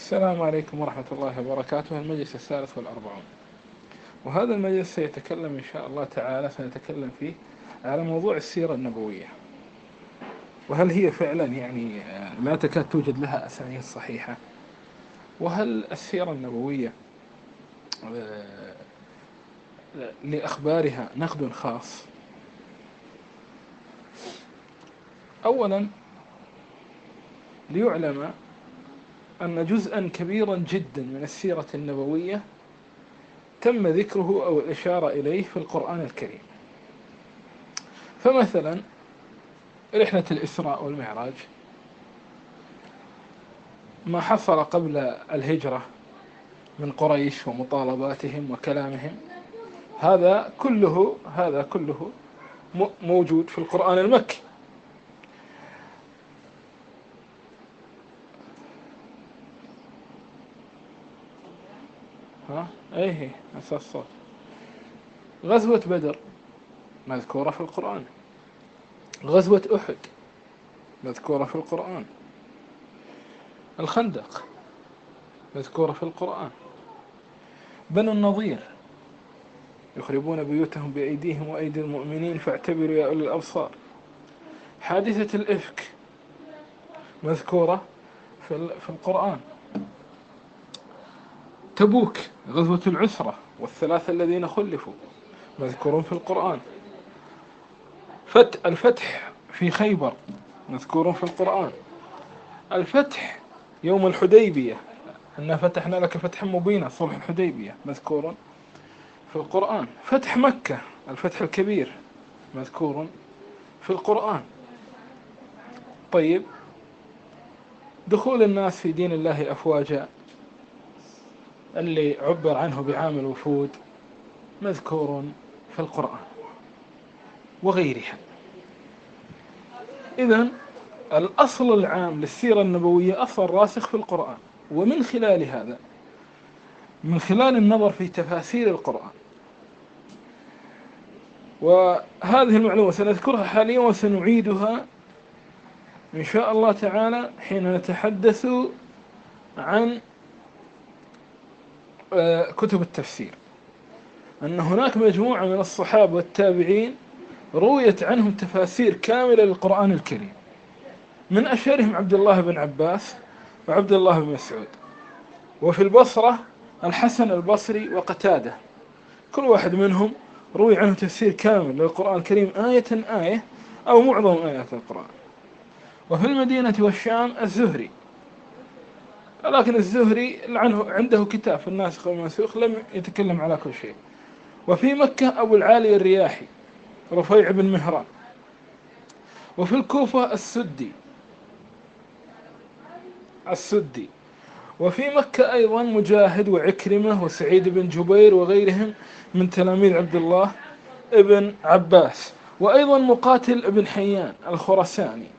السلام عليكم ورحمة الله وبركاته. المجلس الثالث والأربعون، وهذا المجلس سيتكلم إن شاء الله تعالى سنتكلم فيه على موضوع السيرة النبوية، وهل هي فعلا لا تكاد توجد لها أسانيد صحيحة، وهل السيرة النبوية لأخبارها نقد خاص. أولا ليعلم أن جزءا كبيرا جدا من السيرة النبوية تم ذكره أو الإشارة إليه في القرآن الكريم. فمثلا رحلة الإسراء والمعراج، ما حصل قبل الهجرة من قريش ومطالباتهم وكلامهم، هذا كله موجود في القرآن المكي. ايه اساس صوت. غزوة بدر مذكورة في القرآن، غزوة أحد مذكورة في القرآن، الخندق مذكورة في القرآن، بنو النضير يخربون بيوتهم بأيديهم وأيدي المؤمنين فاعتبروا يا أولي الأبصار، حادثة الإفك مذكورة في القرآن، تبوك غزوة العسرة والثلاثة الذين خلفوا مذكورون في القرآن، الفتح في خيبر مذكور في القرآن، الفتح يوم الحديبية أننا فتحنا لك فتحا مبينا صلح الحديبية مذكور في القرآن، فتح مكة الفتح الكبير مذكور في القرآن. طيب، دخول الناس في دين الله أفواجا اللي عبر عنه بعام الوفود مذكور في القرآن وغيرها. إذن الأصل العام للسيرة النبوية أصل راسخ في القرآن، ومن خلال هذا، من خلال النظر في تفاسير القرآن، وهذه المعلومة سنذكرها حاليا وسنعيدها إن شاء الله تعالى حين نتحدث عن كتب التفسير، أن هناك مجموعة من الصحابة والتابعين رويت عنهم تفاسير كاملة للقرآن الكريم، من أشهرهم عبد الله بن عباس وعبد الله بن مسعود، وفي البصرة الحسن البصري وقتادة، كل واحد منهم روي عنه تفسير كامل للقرآن الكريم آية أو معظم آيات القرآن. وفي المدينة والشام الزهري، لكن الزهري عنده كتاب في الناسخ والمنسوخ لم يتكلم على كل شيء. وفي مكة أبو العالي الرياحي رفيع بن مهران، وفي الكوفة السدي، وفي مكة أيضا مجاهد وعكرمة وسعيد بن جبير وغيرهم من تلاميذ عبد الله ابن عباس، وأيضا مقاتل ابن حيان الخرساني،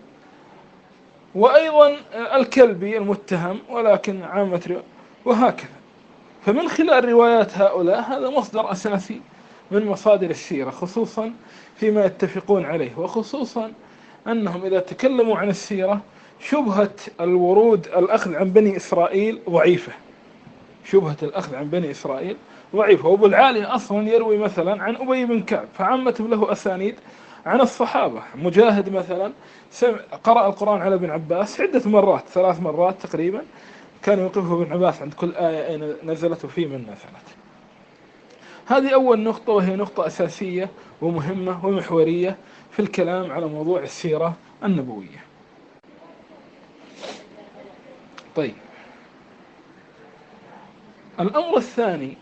وأيضا الكلبي المتهم ولكن عامة، وهكذا. فمن خلال روايات هؤلاء هذا مصدر أساسي من مصادر السيرة، خصوصا فيما يتفقون عليه، وخصوصا أنهم إذا تكلموا عن السيرة شبهة الورود الأخذ عن بني إسرائيل ضعيفة، شبهة الأخذ عن بني إسرائيل ضعيفة. وأبو العالي أصلا يروي مثلا عن أبي بن كعب، فعامة له أسانيد عن الصحابة. مجاهد مثلا قرأ القرآن على ابن عباس عدة مرات، 3 مرات تقريبا، كان يوقفه ابن عباس عند كل آية أين نزلت وفي من نزلت. هذه أول نقطة، وهي نقطة أساسية ومهمة ومحورية في الكلام على موضوع السيرة النبوية. طيب، الأمر الثاني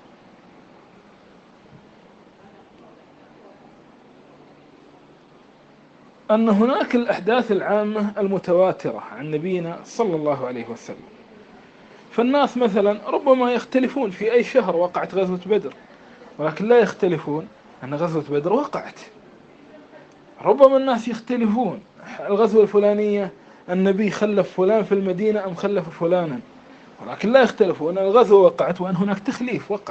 أن هناك الأحداث العامة المتواترة عن نبينا صلى الله عليه وسلم. فالناس مثلا ربما يختلفون في أي شهر وقعت غزوة بدر، ولكن لا يختلفون أن غزوة بدر وقعت. ربما الناس يختلفون الغزوة الفلانية النبي خلف فلان في المدينة أم خلف فلانا، ولكن لا يختلفون أن الغزوة وقعت وأن هناك تخليف وقع.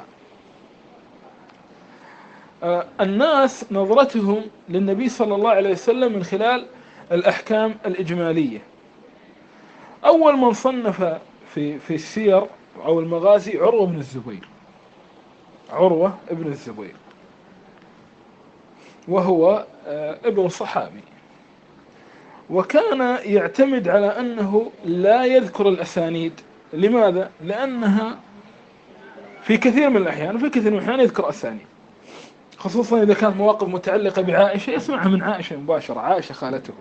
الناس نظرتهم للنبي صلى الله عليه وسلم من خلال الأحكام الإجمالية. أول من صنف في السير أو المغازي عروة بن الزبير، عروة بن الزبير، وهو ابن صحابي، وكان يعتمد على أنه لا يذكر الأسانيد. لماذا؟ لأنها في كثير من الأحيان وفي كثير من الأحيان يذكر أسانيد، خصوصا إذا كانت مواقف متعلقة بعائشة يسمعها من عائشة مباشرة، عائشة خالته،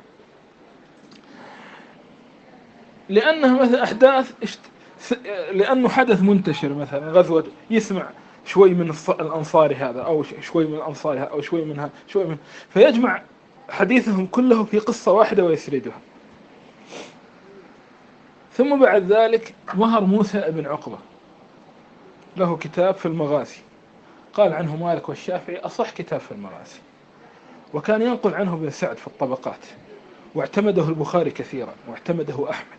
لأنها مثلا لأنه حدث منتشر، مثلا غزوة يسمع شوي من الأنصاري هذا أو شوي من الأنصاري هذا أو شوي منها شوي من، فيجمع حديثهم كله في قصة واحدة ويسردها. ثم بعد ذلك ظهر موسى بن عقبة، له كتاب في المغازي، قال عنه مالك والشافعي أصح كتاب في المغازي، وكان ينقل عنه ابن سعد في الطبقات، واعتمده البخاري كثيرا، واعتمده أحمد،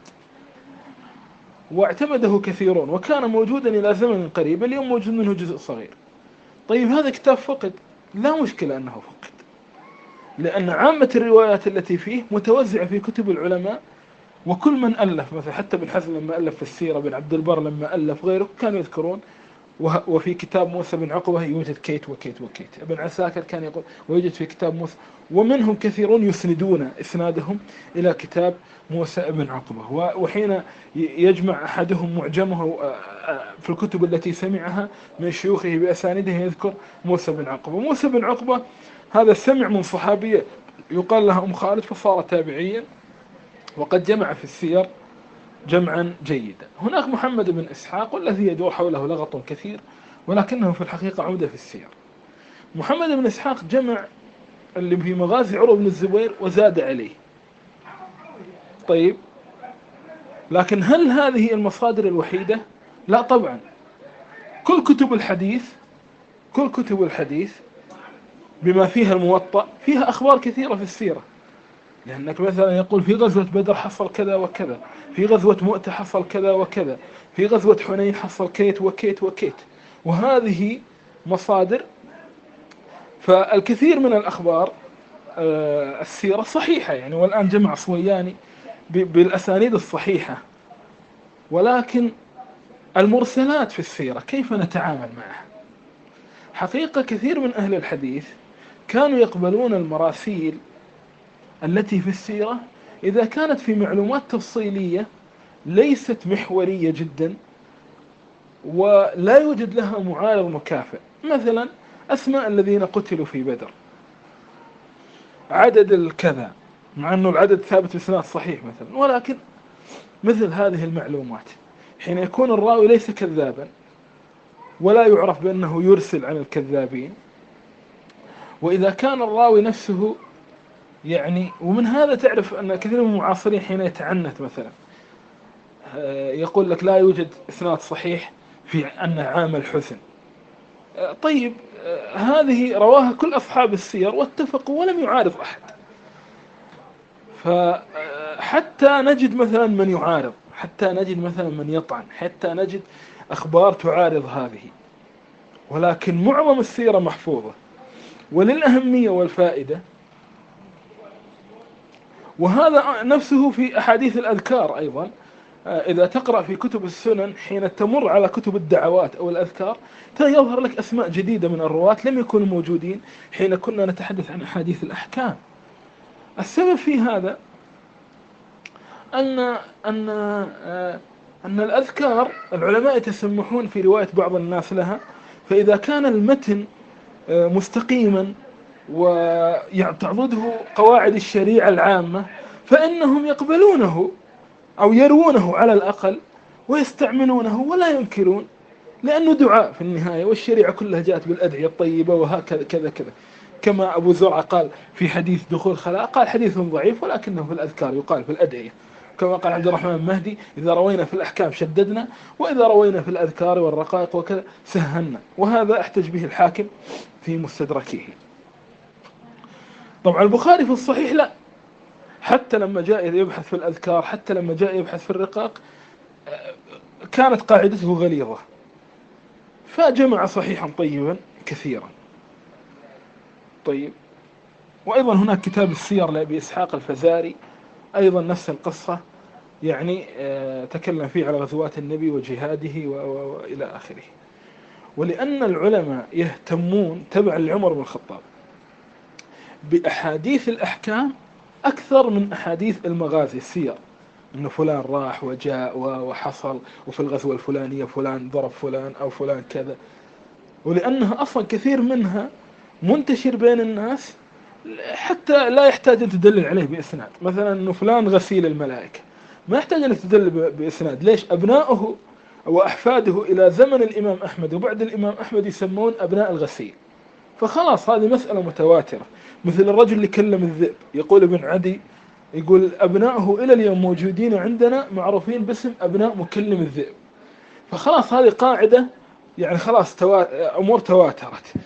واعتمده كثيرون، وكان موجودا إلى زمن قريب، اليوم موجود منه جزء صغير. طيب هذا كتاب فقد، لا مشكلة أنه فقد، لأن عامة الروايات التي فيه متوزعة في كتب العلماء، وكل من ألف، مثلا حتى ابن حزم لما ألف في السيرة، بن عبد البر لما ألف، غيره كانوا يذكرون. وفي كتاب موسى بن عقبة يوجد كيت وكيت وكيت. ابن عساكر كان يقول ويوجد في كتاب موسى، ومنهم كثيرون يسندون إسنادهم إلى كتاب موسى بن عقبة. وحين يجمع أحدهم معجمه في الكتب التي سمعها من شيوخه بأسانيده يذكر موسى بن عقبة. موسى بن عقبة هذا سمع من صحابية يقال لها خالد، فصار تابعيا، وقد جمع في السير جمعا جيدا. هناك محمد بن إسحاق والذي يدور حوله لغط كثير، ولكنه في الحقيقة عمدة في السير. محمد بن إسحاق جمع اللي في مغازي عروة بن الزبير وزاد عليه. طيب، لكن هل هذه المصادر الوحيدة؟ لا طبعا. كل كتب الحديث بما فيها الموطأ فيها أخبار كثيرة في السيرة، لأنك مثلا يقول في غزوة بدر حصل كذا وكذا، في غزوة مؤتة حصل كذا وكذا، في غزوة حنين حصل كيت وكيت وكيت، وهذه مصادر. فالكثير من الأخبار السيرة صحيحة يعني، والآن جمع صوياني بالأسانيد الصحيحة، ولكن المرسلات في السيرة كيف نتعامل معها؟ حقيقة كثير من أهل الحديث كانوا يقبلون المراسيل التي في السيرة إذا كانت في معلومات تفصيلية ليست محورية جدا، ولا يوجد لها معارض مكافئ. مثلا أسماء الذين قتلوا في بدر، عدد الكذا، مع أنه العدد ثابت بسناد صحيح مثلا، ولكن مثل هذه المعلومات حين يكون الراوي ليس كذابا، ولا يعرف بأنه يرسل عن الكذابين، وإذا كان الراوي نفسه يعني، ومن هذا تعرف أن كثير من المعاصرين حين يتعنت مثلا يقول لك لا يوجد إسناد صحيح في أن عام الحزن. طيب هذه رواها كل أصحاب السير واتفقوا ولم يعارض أحد، فحتى نجد مثلا من يعارض، حتى نجد مثلا من يطعن، حتى نجد أخبار تعارض هذه، ولكن معظم السيرة محفوظة. وللأهمية والفائدة، وهذا نفسه في أحاديث الأذكار أيضا، إذا تقرأ في كتب السنن حين تمر على كتب الدعوات أو الأذكار يظهر لك أسماء جديدة من الرواة لم يكونوا موجودين حين كنا نتحدث عن أحاديث الأحكام. السبب في هذا أن أن أن الأذكار العلماء يتسمحون في رواية بعض الناس لها، فإذا كان المتن مستقيما وتعضده قواعد الشريعة العامة فإنهم يقبلونه أو يروونه على الأقل ويستعملونه ولا ينكرون، لأنه دعاء في النهاية، والشريعة كلها جاءت بالأدعية الطيبة وهكذا كذا كذا. كما أبو زرعة قال في حديث دخول خلاء، قال حديث ضعيف ولكنه في الأذكار يقال في الأدعية. كما قال عبد الرحمن المهدي إذا روينا في الأحكام شددنا، وإذا روينا في الأذكار والرقائق وكذا سهلنا. وهذا احتج به الحاكم في مستدركه. طبعا البخاري في الصحيح لا، حتى لما جاء يبحث في الأذكار، حتى لما جاء يبحث في الرقاق كانت قاعدته غليظة، فجمع صحيحا طيبا كثيرا. طيب، وأيضا هناك كتاب السير لأبي إسحاق الفزاري أيضا نفس القصة، يعني تكلم فيه على غزوات النبي وجهاده وإلى آخره. ولأن العلماء يهتمون تبع لعمر بن الخطاب بأحاديث الأحكام أكثر من أحاديث المغازي السير، أنه فلان راح وجاء وحصل وفي الغزوة الفلانية فلان ضرب فلان أو فلان كذا، ولأنها أصلا كثير منها منتشر بين الناس حتى لا يحتاج أن تدلل عليه بإسناد. مثلا أنه فلان غسيل الملائكة ما يحتاج أن تدلل بإسناد. ليش؟ أبناؤه وأحفاده إلى زمن الإمام أحمد وبعد الإمام أحمد يسمون أبناء الغسيل، فخلاص هذه مسألة متواترة. مثل الرجل اللي كلم الذئب، يقول ابن عدي، يقول أبناؤه إلى اليوم موجودين عندنا معروفين باسم أبناء مكلم الذئب. فخلاص هذه قاعدة، يعني خلاص أمور تواترت.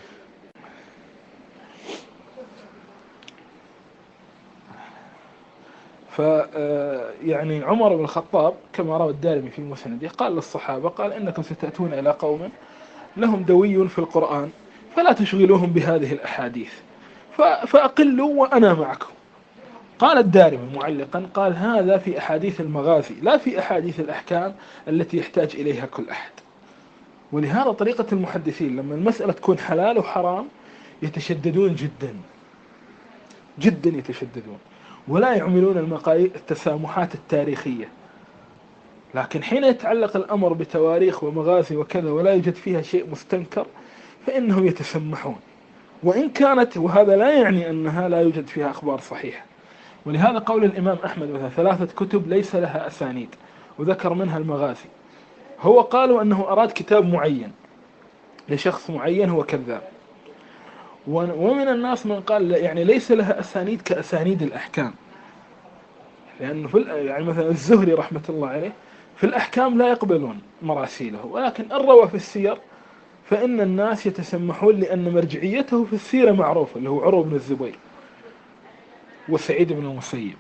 يعني عمر بن الخطاب كما روى الدارمي في مسنده قال للصحابة، قال إنكم ستأتون إلى قوم لهم دوي في القرآن فلا تشغلوهم بهذه الأحاديث فأقلوا وأنا معكم. قال الدارمي معلقا، قال هذا في أحاديث المغازي لا في أحاديث الأحكام التي يحتاج إليها كل أحد. ولهذا طريقة المحدثين لما المسألة تكون حلال وحرام يتشددون جدا جدا، يتشددون ولا يعملون التسامحات التاريخية. لكن حين يتعلق الأمر بتواريخ ومغازي وكذا ولا يوجد فيها شيء مستنكر فإنهم يتسمحون، وإن كانت، وهذا لا يعني أنها لا يوجد فيها أخبار صحيحة. ولهذا قول الإمام أحمد مثلا 3 كتب ليس لها أسانيد وذكر منها المغازي، هو قالوا أنه أراد كتاب معين لشخص معين هو كذاب. ومن الناس من قال يعني ليس لها أسانيد كأسانيد الأحكام، لأنه يعني مثلا الزهري رحمة الله عليه في الأحكام لا يقبلون مراسيله، ولكن إن روى في السير فإن الناس يتسمحون لأن مرجعيته في السيرة معروفة، اللي هو عروة بن الزبير وسعيد بن المسيب.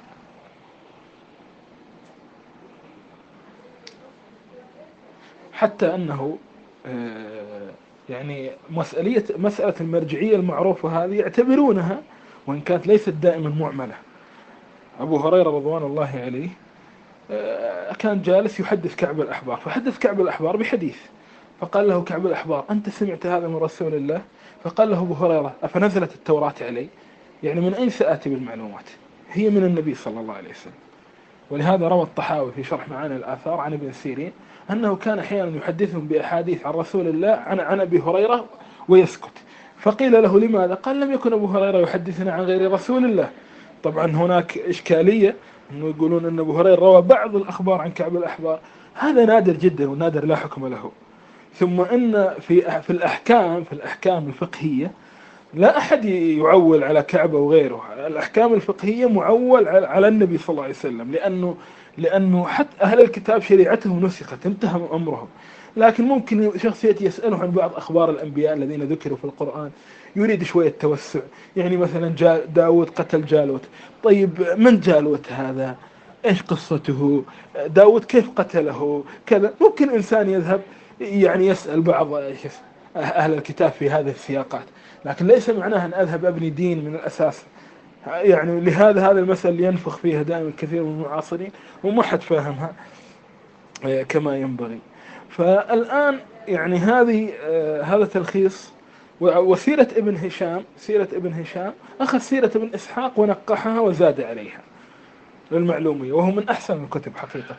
حتى أنه يعني مسألة المرجعية المعروفة هذه يعتبرونها وإن كانت ليست دائما معملة. أبو هريرة رضوان الله عليه كان جالس يحدث كعب الأحبار، فحدث كعب الأحبار بحديث، فقال له كعب الأحبار أنت سمعت هذا من رسول الله؟ فقال له أبو هريرة أفنزلت التوراة علي؟ يعني من أين سآتي بالمعلومات؟ هي من النبي صلى الله عليه وسلم. ولهذا روى الطحاوي في شرح معاني الآثار عن ابن سيرين أنه كان أحيانا يحدثهم بأحاديث عن رسول الله عن أبي هريرة ويسكت. فقيل له لماذا؟ قال لم يكن أبو هريرة يحدثنا عن غير رسول الله. طبعا هناك إشكالية أنه يقولون أن أبو هريرة روى بعض الأخبار عن كعب الأحبار، هذا نادر جدا ونادر لا حكم له. ثم إن في الأحكام الفقهية لا أحد يعول على كعب وغيره. الأحكام الفقهية معول على النبي صلى الله عليه وسلم، لأنه حتى أهل الكتاب شريعتهم نسخت انتهى أمرهم. لكن ممكن شخص يأتي يسأله عن بعض أخبار الأنبياء الذين ذكروا في القرآن، يريد شوية توسع. يعني مثلا داود قتل جالوت، طيب من جالوت هذا؟ إيش قصته؟ داود كيف قتله؟ كذا. ممكن إنسان يذهب يعني يسأل بعض أهل الكتاب في هذه السياقات، لكن ليس معناها أن أذهب أبني دين من الأساس. يعني لهذا هذا المثل اللي ينفخ فيها دائما كثير من المعاصرين وما حد فاهمها كما ينبغي. فالآن يعني هذا تلخيص. وسيرة ابن هشام أخذ سيرة ابن إسحاق ونقحها وزاد عليها للمعلومية، وهو من أحسن الكتب حقيقة.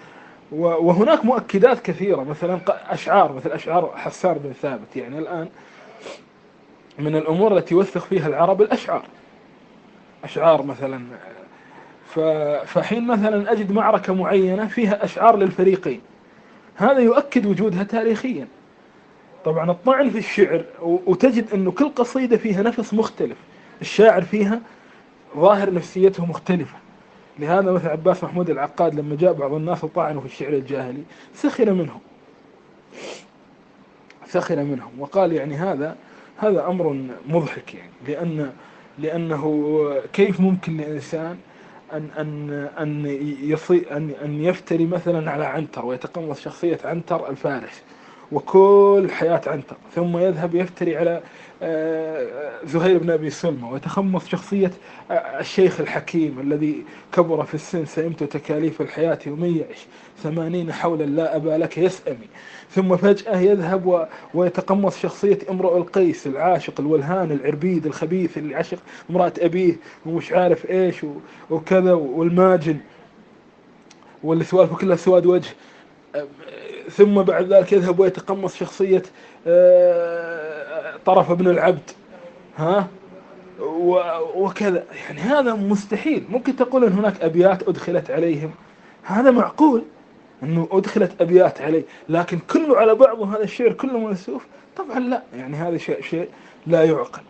وهناك مؤكدات كثيرة، مثلا أشعار مثل أشعار حسان بن ثابت. يعني الآن من الأمور التي يوثق فيها العرب أشعار مثلا. فحين مثلا أجد معركة معينة فيها أشعار للفريقين، هذا يؤكد وجودها تاريخيا. طبعا الطعن في الشعر، وتجد أنه كل قصيدة فيها نفس مختلف، الشاعر فيها ظاهر نفسيته مختلفة. لهذا مثل عباس محمود العقاد لما جاء بعض الناس وطعنوا في الشعر الجاهلي سخر منهم وقال يعني هذا أمر مضحك، يعني لأنه كيف ممكن لإنسان أن يفتري مثلا على عنتر ويتقمص شخصية عنتر الفارس وكل حياة عنتر، ثم يذهب يفتري على زهير بن أبي سلمى، ويتخمص شخصية الشيخ الحكيم الذي كبر في السن سئمت تكاليف الحياة ومن يعش 80 حولا لا أبا لك يسأمي. ثم فجأة يذهب ويتقمص شخصية امرؤ القيس العاشق الولهان العربيد الخبيث اللي عشق امرأة أبيه ومش عارف إيش وكذا، والماجن واللي سوالفه كلها سواد وجه. ثم بعد ذلك يذهب ويتقمص شخصية طرف ابن العبد، ها، وكذا. يعني هذا مستحيل. ممكن تقول ان هناك ابيات ادخلت عليهم، هذا معقول انه ادخلت ابيات عليه، لكن كله على بعضه هذا الشعر كله منسوف؟ طبعا لا، يعني هذا شيء لا يعقل.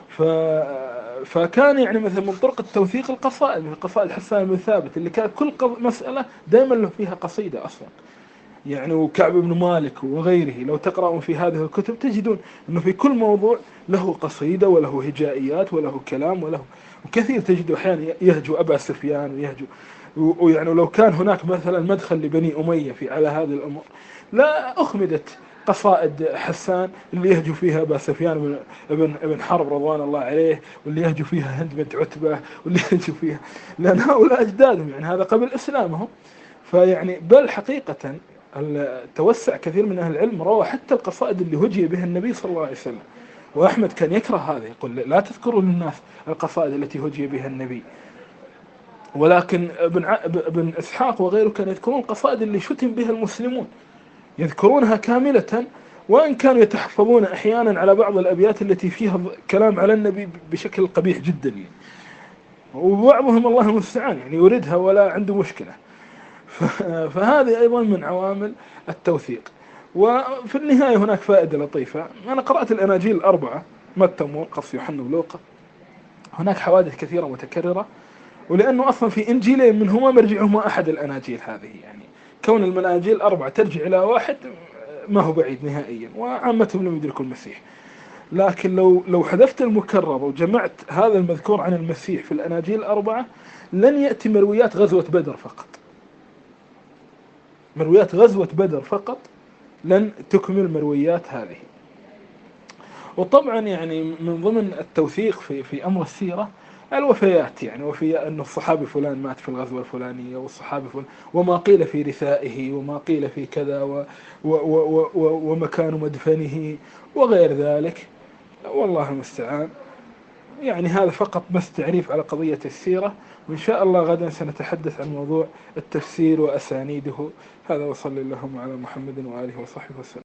فكان يعني مثلا من طرق التوثيق القصائد، من قصائد حسان بن ثابت اللي كانت كل مسألة دائما له فيها قصيدة أصلا. يعني وكعب بن مالك وغيره لو تقرأوا في هذه الكتب تجدون أنه في كل موضوع له قصيدة وله هجائيات وله كلام وله، وكثير تجد أحيانا يهجو أبا سفيان ويهجو. ويعني لو كان هناك مثلا مدخل لبني أمية في على هذه الأمور لا أخمدت قصائد حسان اللي يهجو فيها أبا سفيان ابن حرب رضوان الله عليه، واللي يهجو فيها هند بنت عتبة، واللي يهجو فيها، لأن هؤلاء أجدادهم يعني هذا قبل إسلامهم. فيعني بل حقيقة توسع كثير من أهل العلم روى حتى القصائد اللي هجي بها النبي صلى الله عليه وسلم. وأحمد كان يكره هذا، يقول لا تذكروا للناس القصائد التي هجي بها النبي. ولكن ابن إسحاق وغيره كانوا يذكرون القصائد اللي شتم بها المسلمون، يذكرونها كاملة، وإن كانوا يتحفظون أحيانا على بعض الأبيات التي فيها كلام على النبي بشكل قبيح جدا يعني. وبعضهم الله المستعان يعني يريدها ولا عنده مشكلة. فهذه أيضا من عوامل التوثيق. وفي النهاية هناك فائدة لطيفة، أنا قرأت الأناجيل الأربعة متى ومرقس يوحنا ولوقا، هناك حوادث كثيرة متكررة، ولأنه أصلا في إنجيلين منهما مرجعهما أحد الأناجيل هذه، يعني كون المناجيل الأربعة ترجع إلى واحد ما هو بعيد نهائيا، وعامتهم لم يدركوا المسيح. لكن لو حذفت المكرر وجمعت هذا المذكور عن المسيح في الأناجيل الأربعة لن يأتي مرويات غزوة بدر فقط، مرويات غزوة بدر فقط لن تكمل مرويات هذه. وطبعا يعني من ضمن التوثيق في أمر السيرة الوفيات، يعني وفي أن الصحابي فلان مات في الغزوة الفلانية، والصحابي فلان، وما قيل في رثائه، وما قيل في كذا، ومكان مدفنه وغير ذلك، والله المستعان. يعني هذا فقط بس تعريف على قضية السيرة، وإن شاء الله غدا سنتحدث عن موضوع التفسير وأسانيده. هذا وصلى اللهم على محمد وآله وصحبه وسلم.